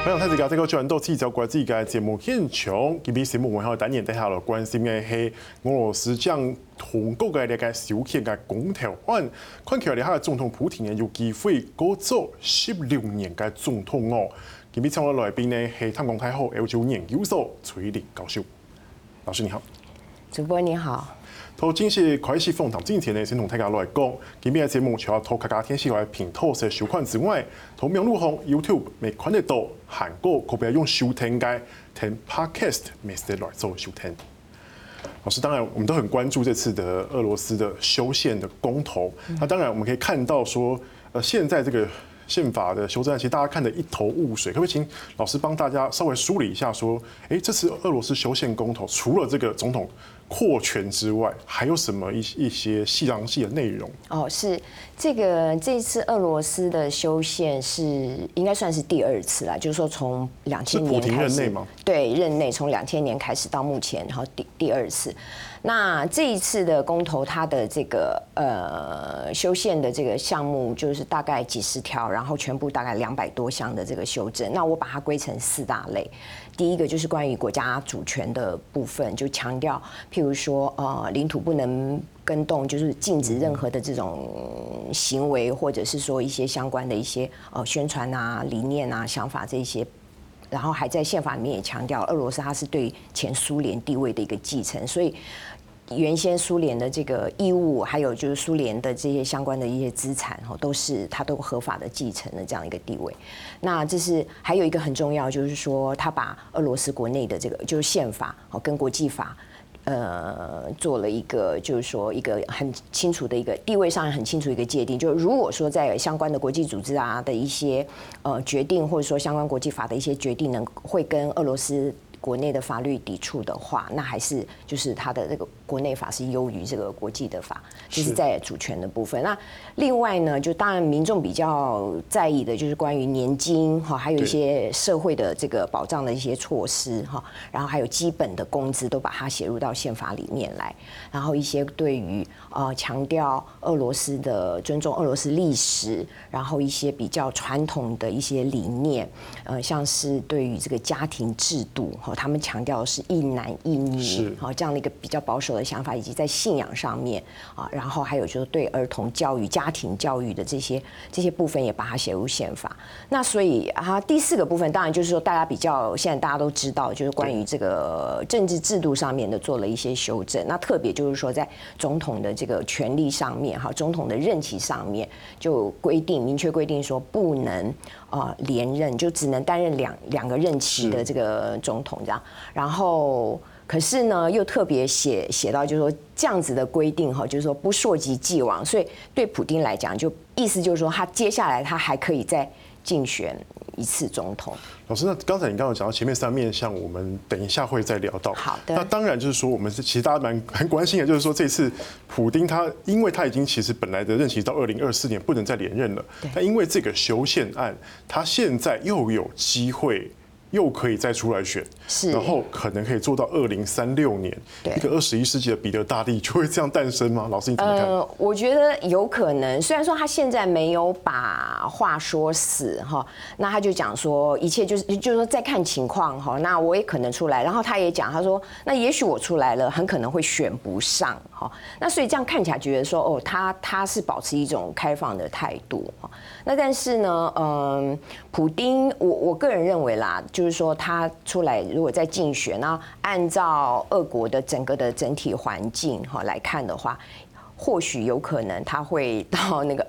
欢迎睇自家，这个转到记者国际嘅节目现场，今日节目我哋等然底下嚟關心嘅係俄羅斯將同國嘅呢個小氣嘅公投案，看起來下總統普廷有機會過做16年嘅總統哦。今日請我來賓呢係香港大學歐洲研究所崔玲教授，老師你好。 主播你好。 頭先是開始訪談之前呢，先同大家來講，今日嘅節目除咗透過家天氣來平透嘅收看之外，同網絡上 YouTube 未看得到韓國可唔可以用收聽嘅聽 Podcast 未使來做收聽。老師，當然我們都很關注這次的俄羅斯的修憲的公投。那當然我們可以看到說，現在這個憲法的修正案，其實大家看得一頭霧水。可不可以請老師幫大家稍微梳理一下，說，這次俄羅斯修憲公投，除了這個總統擴權之外，還有什麼一些詳細的內容？ 哦，是這次俄羅斯的修憲是應該算是第2次啦，就是說從2000年開始，是普廷任內嗎？ 對，任內從2000年開始到目前，然後第2次。那這一次的公投，它的這個修憲的這個項目就是大概幾十條，然後全部大概200多項的這個修正。那我把它歸成4大類。第一個就是關於國家主權的部分，就強調，譬如說領土不能更動，就是禁止任何的這種行為，或者是說一些相關的一些宣傳啊、理念啊、想法這些。然後還在憲法裡面也強調，俄羅斯它是對前蘇聯地位的一個繼承，所以原先蘇聯的這個義務，還有就是蘇聯的這些相關的一些資產，都是它都合法的繼承的這樣一個地位。那這是還有一個很重要，就是說它把俄羅斯國內的這個就是憲法跟國際法。做了一個，就是說一個很清楚的一個地位上很清楚一個界定。就如果說在相關的國際組織啊的一些決定，或者說相關國際法的一些決定，會跟俄羅斯國內的法律抵觸的話，那還是就是它的這個國內法是優於這個國際的法，就是在主權的部分。那另外呢，就當然民眾比較在意的就是關於年金哈，還有一些社會的這個保障的一些措施哈，然後還有基本的工資都把它寫入到憲法裡面來，然後一些對於強調俄羅斯的尊重俄羅斯歷史，然後一些比較傳統的一些理念，像是對於這個家庭制度。他們強調的是一男一女，這樣的一個比較保守的想法，以及在信仰上面啊，然後還有就是對兒童教育、家庭教育的這些部分也把它寫入憲法。那所以第4個部分，當然就是說大家比較現在大家都知道，就是關於這個政治制度上面的做了一些修正。那特別就是說在總統的這個權力上面，總統的任期上面就明確規定說不能連任，就只能擔任兩個任期的這個總統。這樣，然後可是呢，又特別寫到，就是說這樣子的規定哈，就是說不溯及既往，所以對普丁來講，就意思就是說，他接下來他還可以再競選1次總統。 老師，那剛才你剛剛講到前面3面向，我們等一下會再聊到。 好的。 那當然就是說，我們其實大家蠻關心的，就是說這次普丁他，因為他已經其實本來的任期到2024年不能再連任了，但因為這個修憲案，他現在又有機會。又可以再出來選，然後可能可以做到2036年，一個21世紀的彼得大帝就會這樣誕生嗎？老師你怎麼看？ 我覺得有可能，雖然說他現在沒有把話說死哈，那他就講說一切就是說再看情況哈，那我也可能出來，然後他也講他說那也許我出來了，很可能會選不上哈，那所以這樣看起來覺得說哦，他是保持一種開放的態度哈，那但是呢，普丁我個人認為啦。就是說，他出來如果在競選，然後按照俄國的整個的整體環境哈來看的話，或許有可能他會到那個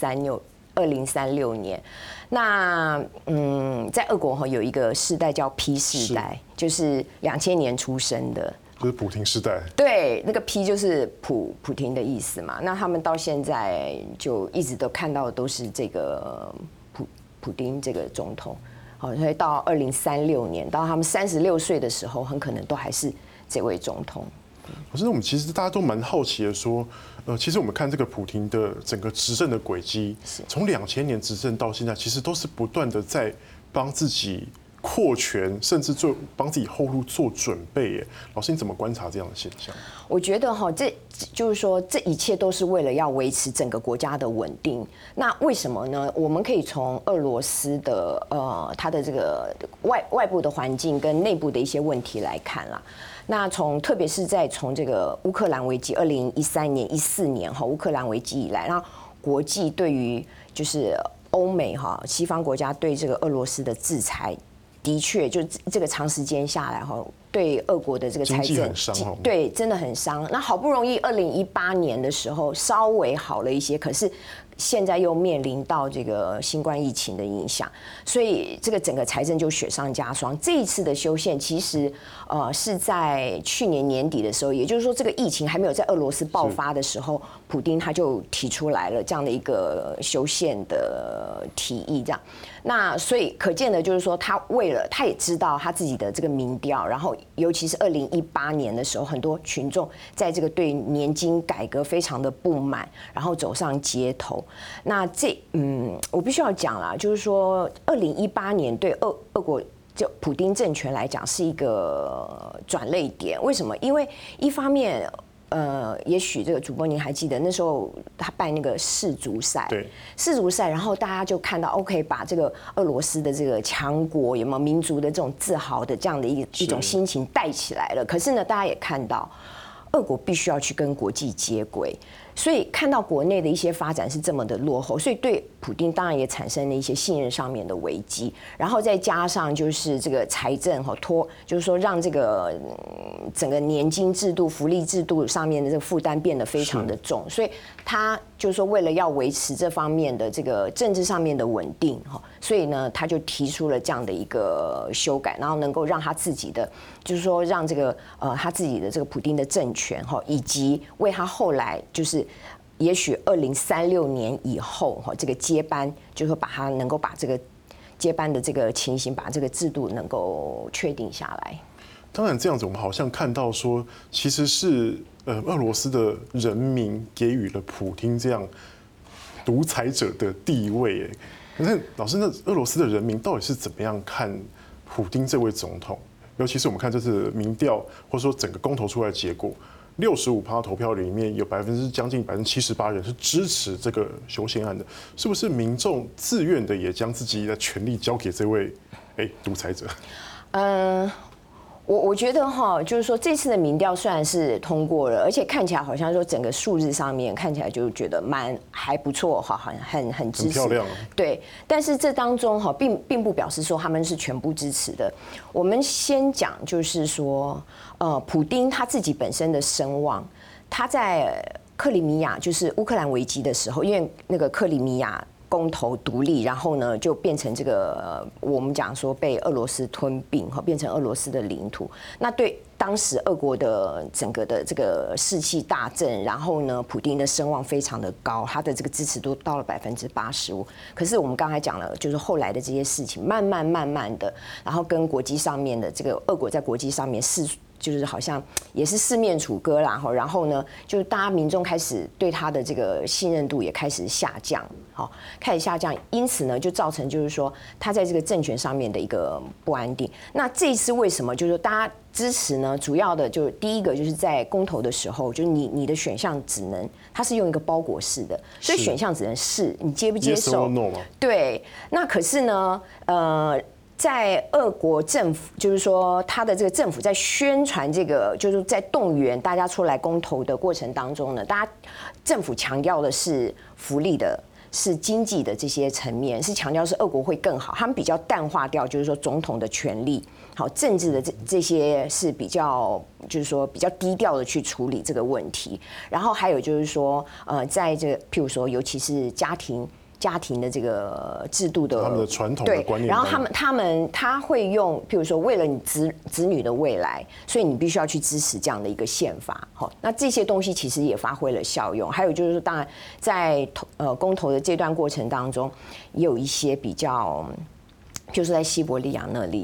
2036年。那在俄國哈有一個世代叫 P 世代，就是2000年出生的， 就是普廷世代。 對，那個 P 就是普廷的意思嘛。那他們到現在就一直都看到的都是這個普丁這個總統。好，所以到2036年，到他們36歲的時候，很可能都還是這位總統。 可是我們其實大家都蠻好奇的，說，其實我們看這個普廷的整個執政的軌跡，從2000年執政到現在，其實都是不斷的在幫自己扩权，甚至帮自己后路做准备耶。老师，你怎么观察这样的现象？ 我觉得这就是说，这一切都是为了要维持整个国家的稳定。那为什么呢？我们可以从俄罗斯的它的这个外部的环境跟内部的一些问题来看啦。那特别是从这个乌克兰危机，2013年、14年乌克兰危机以来，那国际对于就是欧美西方国家对这个俄罗斯的制裁，的确就这个长时间下来对俄国的这个财政对真的很伤。那好不容易2018年的时候稍微好了一些，可是现在又面临到这个新冠疫情的影响，所以这个整个财政就雪上加霜。这一次的修宪其实是在去年年底的时候，也就是说这个疫情还没有在俄罗斯爆发的时候，普丁他就提出来了这样的一个修宪的提议，这样。那所以可见的就是说，他也知道他自己的这个民调，然后尤其是2018年的时候，很多群众在这个对年金改革非常的不满，然后走上街头。那我必须要讲啦，就是说2018年对俄国就普丁政权来讲是一个转捩点。为什么？因为一方面也许这个主播您还记得那时候他办那个世足赛， 对世足赛，然后大家就看到 OK 把这个俄罗斯的这个强国有没有民族的这种自豪的这样的一种心情带起来了。可是呢，大家也看到俄国必须要去跟国际接轨。所以看到国内的一些发展是这么的落后，所以对普丁当然也产生了一些信任上面的危机，然后再加上就是这个财政就是说让这个整个年金制度、福利制度上面的这个负担变得非常的重，所以他就是说为了要维持这方面的这个政治上面的稳定所以呢他就提出了这样的一个修改，然后能够让他自己的就是说让这个他自己的这个普丁的政权以及为他后来就是也许2036年以后这个接班，就是把他能够把这个接班的这个情形，把这个制度能够确定下来。 当然，这样子我们好像看到说，其实是俄罗斯的人民给予了普丁这样独裁者的地位。可是老师，那俄罗斯的人民到底是怎么样看普丁这位总统？尤其是我们看这次民调，或者说整个公投出来的结果。65%投票里面有将近78%人是支持这个修宪案的，是不是民众自愿的也将自己的权力交给这位独裁者？ 我觉得就是说这次的民调虽然是通过了，而且看起来好像说整个数字上面看起来就觉得还不错很支持， 很漂亮。 对，但是这当中并不表示说他们是全部支持的。我们先讲就是说，普丁他自己本身的声望，他在克里米亚就是乌克兰危机的时候，因为那个克里米亚公投独立，然后呢就变成这个我们讲说被俄罗斯吞并变成俄罗斯的领土。那对当时俄国的整个的这个士气大振，然后呢普丁的声望非常的高，他的这个支持度到了85%。可是我们刚才讲了，就是后来的这些事情慢慢的，然后跟国际上面的这个俄国在国际上面就是好像也是四面楚歌啦，然后呢，就是大家民众开始对他的这个信任度也开始下降，因此呢，就造成就是说他在这个政权上面的一个不安定。那这一次为什么就是说大家支持呢？主要的就是第一个就是在公投的时候，就是你的选项只能它是用一个包裹式的，所以选项只能是你接不接受。 Yes or no 吗？ 对，那可是呢，在俄国政府，就是说他的这个政府在宣传这个，就是在动员大家出来公投的过程当中呢，大家政府强调的是福利的，是经济的这些层面，是强调是俄国会更好，他们比较淡化掉，就是说总统的权力，好政治的这些是比较，就是说比较低调的去处理这个问题。然后还有就是说，在这个譬如说，尤其是家庭的这个制度的他们的传统的观念， 然后他会用，譬如说为了你子女的未来，所以你必须要去支持这样的一个宪法。好，那这些东西其实也发挥了效用。还有就是说，当然在公投的这段过程当中，也有一些比较，就是在西伯利亚那里。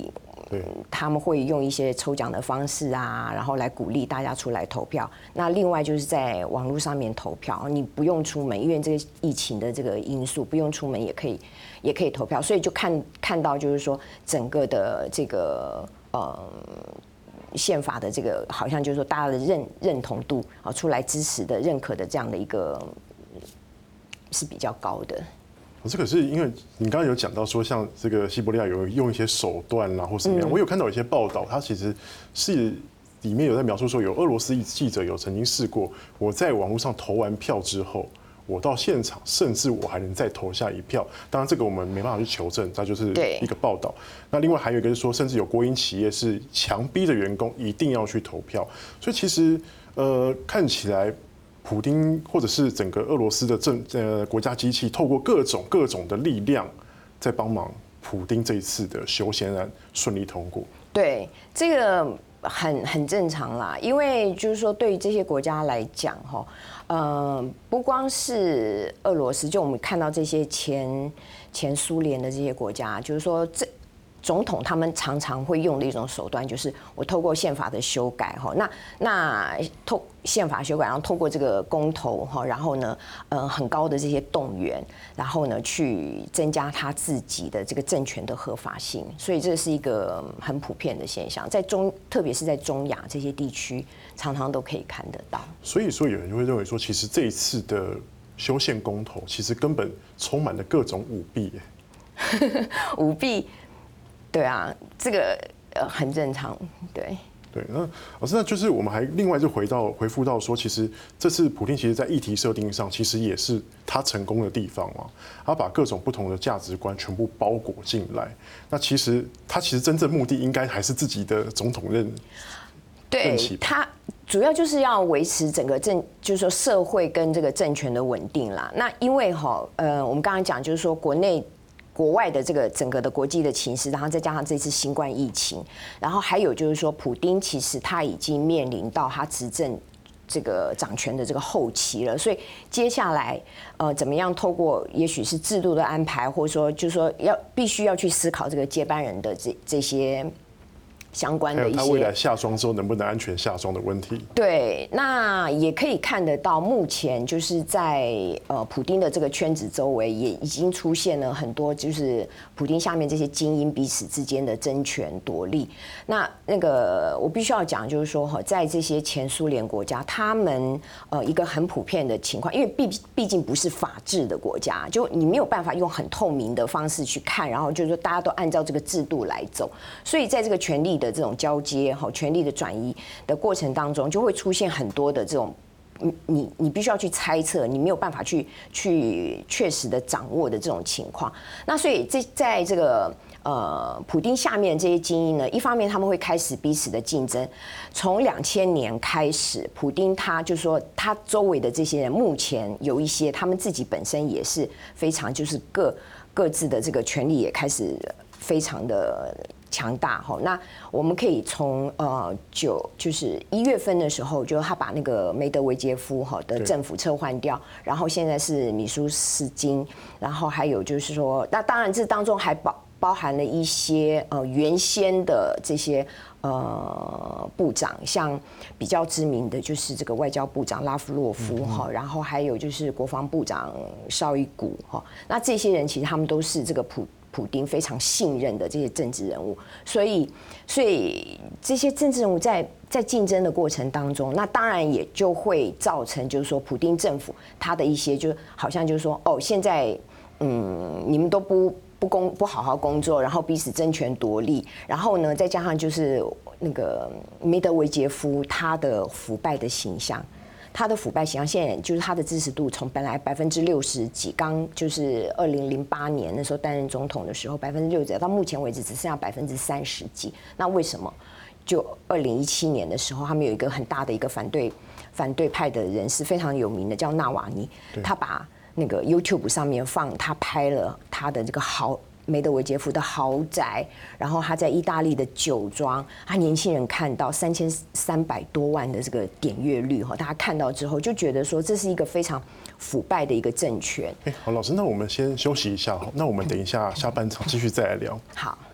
他们会用一些抽奖的方式啊，然后来鼓励大家出来投票。那另外就是在网络上面投票，你不用出门，因为这个疫情的这个因素，不用出门也可以投票，所以就看到就是说整个的这个宪法的这个好像就是说大家的认同度啊，出来支持的认可的这样的一个是比较高的。 这可是因为你刚刚有讲到说，像这个西伯利亚有用一些手段啦，或什么样，我有看到有些报道，它其实是里面有在描述说，有俄罗斯记者有曾经试过，我在网络上投完票之后，我到现场，甚至我还能再投下一票。当然，这个我们没办法去求证，它就是一个报道。那另外还有一个是说，甚至有国营企业是强逼着员工一定要去投票。所以其实看起来，普丁或者是整个俄罗斯的国家机器，透过各种的力量，在帮忙普丁这一次的修宪案顺利通过。对， 这个很正常啦，因为就是说，对于这些国家来讲，不光是俄罗斯，就我们看到这些前苏联的这些国家，就是说总统他们常常会用的一种手段，就是我透过宪法的修改那宪法修改，然后透过这个公投然后呢很高的这些动员，然后呢去增加他自己的这个政权的合法性，所以这是一个很普遍的现象，特别是在中亚这些地区，常常都可以看得到。 所以说有人就会认为说，其实这一次的修宪公投，其实根本充满了各种舞弊。 舞弊。对啊，这个很正常，对。 对，那老师，那就是我们还另外就回复到说，其实这次普丁其实在议题设定上，其实也是他成功的地方嘛。他把各种不同的价值观全部包裹进来。那他其实真正目的应该还是自己的总统任期。 他主要就是要维持整个就是说社会跟这个政权的稳定啦。那因为我们刚刚讲就是说国外的这个整个的国际的情势，然后再加上这次新冠疫情，然后还有就是说，普丁其实他已经面临到他执政这个掌权的这个后期了，所以接下来怎么样透过也许是制度的安排，或者说就是说必须要去思考这个接班人的这些相关的一些， 还有他未来下庄之后能不能安全下庄的问题。 对，那也可以看得到，目前就是在普丁的这个圈子周围，也已经出现了很多就是普丁下面这些精英彼此之间的争权夺利。那个我必须要讲，就是说在这些前苏联国家，他们一个很普遍的情况，因为毕竟不是法治的国家，就你没有办法用很透明的方式去看，然后就是说大家都按照这个制度来走，所以在这个权力的这种交接权力的转移的过程当中，就会出现很多的这种你必须要去猜测，你没有办法去确实的掌握的这种情况。那所以在这个普丁下面这些精英呢，一方面他们会开始彼此的竞争。从2000年开始，普丁他就说他周围的这些人，目前有一些他们自己本身也是非常就是各自的这个权力也开始非常的强大哈。那我们可以从就是1月份的时候，就他把那个梅德韦杰夫的政府撤换掉，然后现在是米舒斯金，然后还有就是说，那当然这当中还包含了一些原先的这些部长，像比较知名的就是这个外交部长拉夫洛夫哈，然后还有就是国防部长绍伊古哈，那这些人其实他们都是这个普丁非常信任的这些政治人物，所以这些政治人物在竞争的过程当中，那当然也就会造成就是说普丁政府他的一些就好像就是说现在你们都不好好工作，然后彼此争权夺利，然后呢再加上就是那个梅德韦杰夫他的腐败的形象。他的腐败形象现在就是他的支持度从本来60%几，刚就是2008年那时候担任总统的时候60%几，到目前为止只剩下30%几。那为什么？就2017年的时候，他们有一个很大的一个反对派的人士，非常有名的叫纳瓦尼，他把那个 YouTube 上面他拍了他的这个梅德韦杰夫的豪宅，然后他在意大利的酒庄，他年轻人看到3300多万的这个点阅率哈，大家看到之后就觉得说这是一个非常腐败的一个政权。 好，老师，那我们先休息一下，那我们等一下下半场继续再来聊。 好。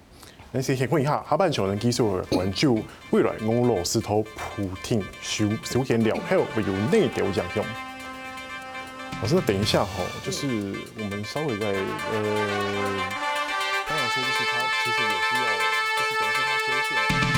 那先问一下，下半场呢，继续关注未来俄罗斯同普京首先聊后会有内调影响。老师，那等一下哈，就是我们稍微在当然说就是他其实也是要，就是等于是他修宪。